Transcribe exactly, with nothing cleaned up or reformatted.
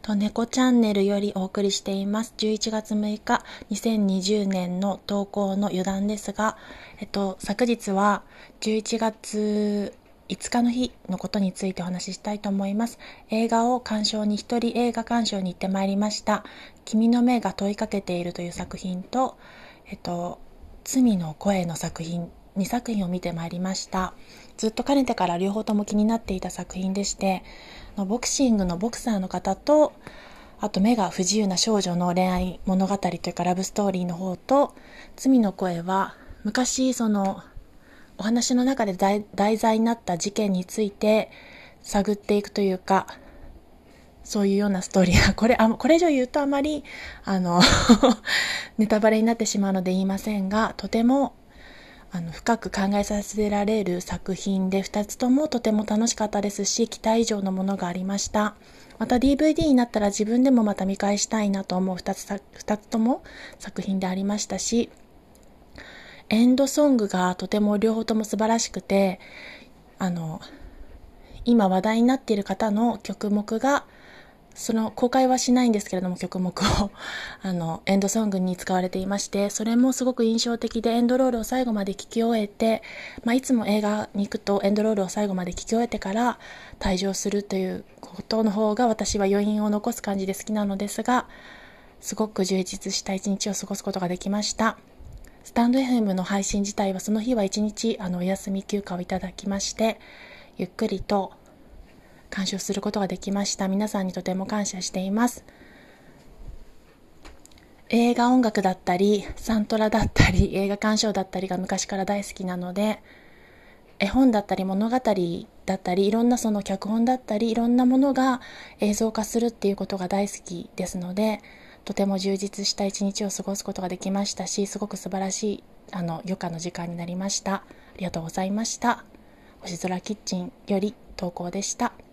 と猫チャンネルよりお送りしています。じゅういちがつむいか、にせんにじゅうねんの投稿の余談ですが、えっと、昨日はじゅういちがついつかの日のことについてお話ししたいと思います。映画を鑑賞に一人映画鑑賞に行ってまいりました。君の目が問いかけているという作品と、えっと、罪の声の作品、にさくひんを見てまいりました。ずっとかねてから両方とも気になっていた作品でして、ボクシングのボクサーの方と、あと目が不自由な少女の恋愛物語というかラブストーリーの方と、罪の声は昔そのお話の中で 題, 題材になった事件について探っていくというか、そういうようなストーリーがこれあこれ以上言うとあまりあのネタバレになってしまうので言いませんが、とてもあの深く考えさせられる作品で、ふたつともとても楽しかったですし、期待以上のものがありました。また ディーブイディー になったら自分でもまた見返したいなと思う2つ、2つとも作品でありましたし、エンドソングがとても両方とも素晴らしくて、あの今話題になっている方の曲目が、その公開はしないんですけれども、曲目をあのエンドソングに使われていまして、それもすごく印象的で、エンドロールを最後まで聴き終えて、まあ、いつも映画に行くとエンドロールを最後まで聴き終えてから退場するということの方が私は余韻を残す感じで好きなのですが、すごく充実した一日を過ごすことができました。スタンド エフエム の配信自体はその日は一日あのお休み休暇をいただきまして、ゆっくりと鑑賞することができました。皆さんにとても感謝しています。映画音楽だったりサントラだったり映画鑑賞だったりが昔から大好きなので、絵本だったり物語だったりいろんなその脚本だったりいろんなものが映像化するっていうことが大好きですので、とても充実した一日を過ごすことができましたし、すごく素晴らしいあの余暇の時間になりました。ありがとうございました。星空キッチンより投稿でした。